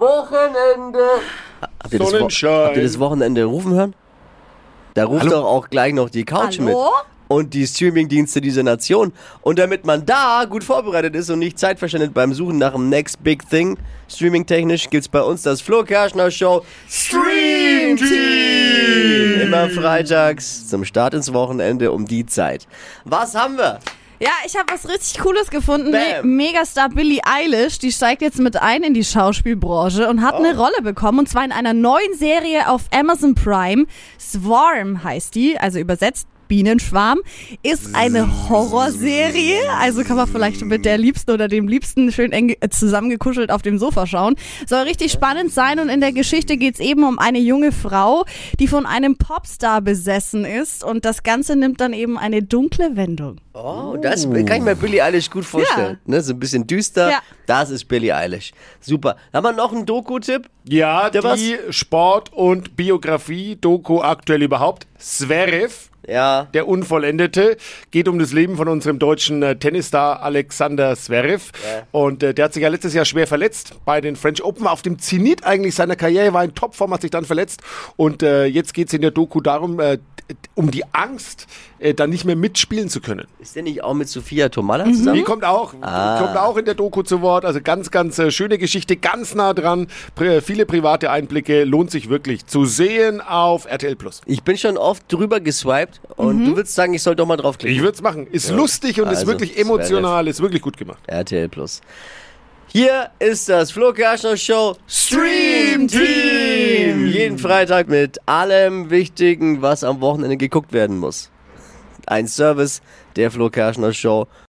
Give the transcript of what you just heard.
Wochenende. Habt ihr das Wochenende rufen hören? Da ruft doch auch gleich noch die Couch mit. Und die Streamingdienste dieser Nation. Und damit man da gut vorbereitet ist und nicht Zeit verschwendet beim Suchen nach dem Next Big Thing, streamingtechnisch gibt's bei uns das Flo Kerschner Show Stream Team. Immer freitags zum Start ins Wochenende um die Zeit. Was haben wir? Ja, ich habe was richtig Cooles gefunden. Megastar Billie Eilish, die steigt jetzt mit ein in die Schauspielbranche und hat eine Rolle bekommen. Und zwar in einer neuen Serie auf Amazon Prime. Swarm heißt die, also übersetzt Bienenschwarm, ist eine Horrorserie, also kann man vielleicht mit der Liebsten oder dem Liebsten schön eng zusammengekuschelt auf dem Sofa schauen. Soll richtig spannend sein und in der Geschichte geht's eben um eine junge Frau, die von einem Popstar besessen ist und das Ganze nimmt dann eben eine dunkle Wendung. Oh, das kann ich mir Billie Eilish gut vorstellen. Ja. Ne, so ein bisschen düster, das ist Billie Eilish. Super. Haben wir noch einen Doku-Tipp? Ja, die Sport- und Biografie-Doku aktuell überhaupt. Zverev. Ja. Der Unvollendete. Geht um das Leben von unserem deutschen Tennisstar Alexander Zverev. Ja. Und der hat sich ja letztes Jahr schwer verletzt bei den French Open. Auf dem Zenit eigentlich seiner Karriere, war in Topform, hat sich dann verletzt. Und jetzt geht es in der Doku darum, um die Angst, dann nicht mehr mitspielen zu können. Ist der nicht auch mit Sophia Tomalla zusammen? Die kommt auch in der Doku zu Wort. Also ganz, ganz schöne Geschichte, ganz nah dran. Viele private Einblicke, lohnt sich wirklich zu sehen auf RTL+. Ich bin schon oft drüber geswiped und du würdest sagen, ich soll doch mal draufklicken. Ich würde es machen. Ist lustig und ist wirklich emotional, ist wirklich gut gemacht. RTL+. Hier ist das Flo Kerschner Show Stream Team. Jeden Freitag mit allem Wichtigen, was am Wochenende geguckt werden muss. Ein Service der Flo Kerschner Show